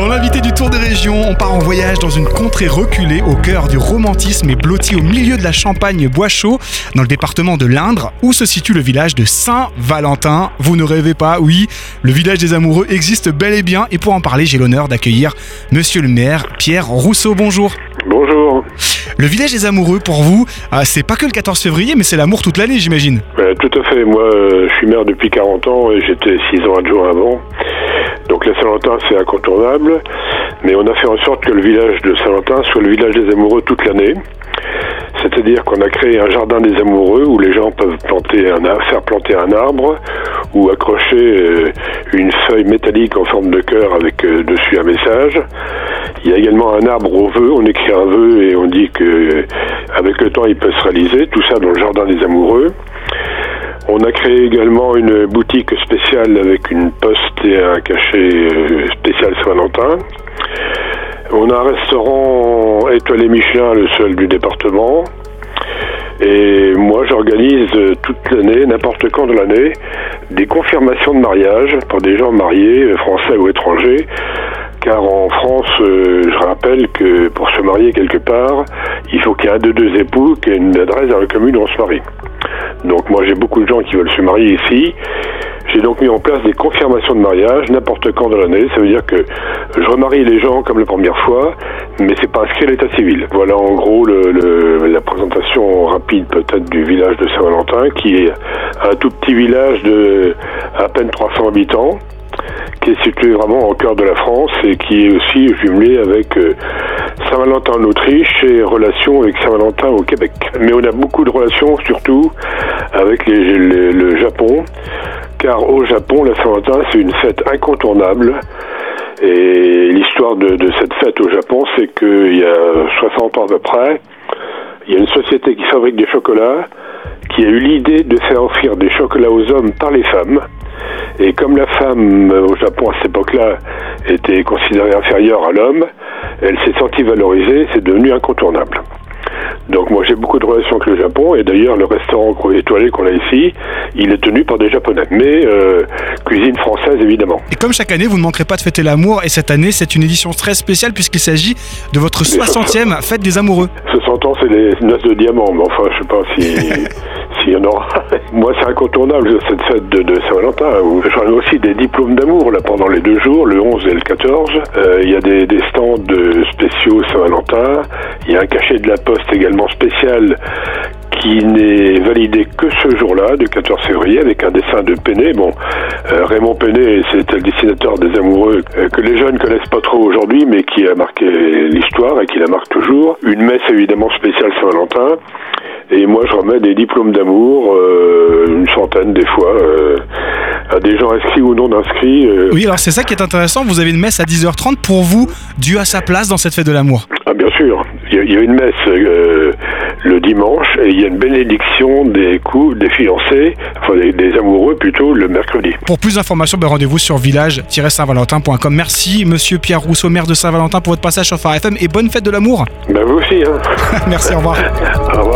Dans l'invité du Tour des régions, on part en voyage dans une contrée reculée au cœur du romantisme et blottie au milieu de la Champagne-Bois-Chaud, dans le département de l'Indre, où se situe le village de Saint-Valentin. Vous ne rêvez pas, oui, le village des amoureux existe bel et bien. Et pour en parler, j'ai l'honneur d'accueillir Monsieur le maire, Pierre Rousseau. Bonjour. Bonjour. Le village des amoureux, pour vous, c'est pas que le 14 février, mais c'est l'amour toute l'année, j'imagine. Tout à fait. Moi, je suis maire depuis 40 ans et j'étais 6 ans adjoint avant. Donc la Saint-Valentin, c'est incontournable. Mais on a fait en sorte que le village de Saint-Valentin soit le village des amoureux toute l'année. C'est-à-dire qu'on a créé un jardin des amoureux où les gens peuvent faire planter un arbre ou accrocher une feuille métallique en forme de cœur avec dessus un message. Il y a également un arbre au vœu, on écrit un vœu et on dit que avec le temps il peut se réaliser, tout ça dans le jardin des amoureux. On a créé également une boutique spéciale avec une poste et un cachet spécial Saint-Valentin. On a un restaurant étoilé Michelin, le seul du département. Et moi, j'organise toute l'année, n'importe quand de l'année, des confirmations de mariage pour des gens mariés, français ou étrangers. Car en France, je rappelle que pour se marier quelque part, il faut qu'il y ait un de deux époux qui ait une adresse dans la commune où on se marie. Donc moi, j'ai beaucoup de gens qui veulent se marier ici. J'ai donc mis en place des confirmations de mariage n'importe quand de l'année. Ça veut dire que je remarie les gens comme la première fois, mais c'est pas inscrit à l'état civil. Voilà en gros la présentation rapide peut-être du village de Saint-Valentin, qui est un tout petit village de à peine 300 habitants, qui est situé vraiment au cœur de la France et qui est aussi jumelé avec Saint-Valentin en Autriche et relations avec Saint-Valentin au Québec. Mais on a beaucoup de relations surtout avec le Japon, car au Japon, la Saint-Valentin, c'est une fête incontournable. Et l'histoire de cette fête au Japon, c'est qu'il y a 60 ans à peu près, il y a une société qui fabrique des chocolats qui a eu l'idée de faire offrir des chocolats aux hommes par les femmes. Et comme la femme au Japon à cette époque-là était considérée inférieure à l'homme, elle s'est sentie valorisée, c'est devenu incontournable. Donc moi j'ai beaucoup de relations avec le Japon et d'ailleurs le restaurant étoilé qu'on a ici, il est tenu par des Japonais, mais cuisine française évidemment. Et comme chaque année, vous ne manquerez pas de fêter l'amour et cette année c'est une édition très spéciale puisqu'il s'agit de votre 60e fête des amoureux. 60 ans c'est les noces de diamant, mais enfin je sais pas si... s'il y en aura. Moi c'est incontournable cette fête de Saint-Valentin. J'en ai aussi des diplômes d'amour là pendant les 2 jours, le 11 et le 14. Il y a des stands spéciaux Saint-Valentin. Il y a un cachet de la Poste également spécial qui n'est validé que ce jour-là, du 14 février, avec un dessin de Péné. Bon, Raymond Péné, c'était le dessinateur des amoureux que les jeunes connaissent pas trop aujourd'hui, mais qui a marqué l'histoire et qui la marque toujours. Une messe évidemment spéciale Saint-Valentin. Et moi, je remets des diplômes d'amour, une centaine des fois, à des gens inscrits ou non inscrits. Oui, alors c'est ça qui est intéressant. Vous avez une messe à 10h30 pour vous, due à sa place dans cette fête de l'amour. Ah, bien sûr. Il y a une messe le dimanche et il y a une bénédiction des fiancés, enfin des amoureux plutôt, le mercredi. Pour plus d'informations, rendez-vous sur village-saintvalentin.com. Merci, monsieur Pierre Rousseau, maire de Saint-Valentin, pour votre passage sur Phare FM et bonne fête de l'amour. Vous aussi. Hein. Merci, au revoir. Au revoir.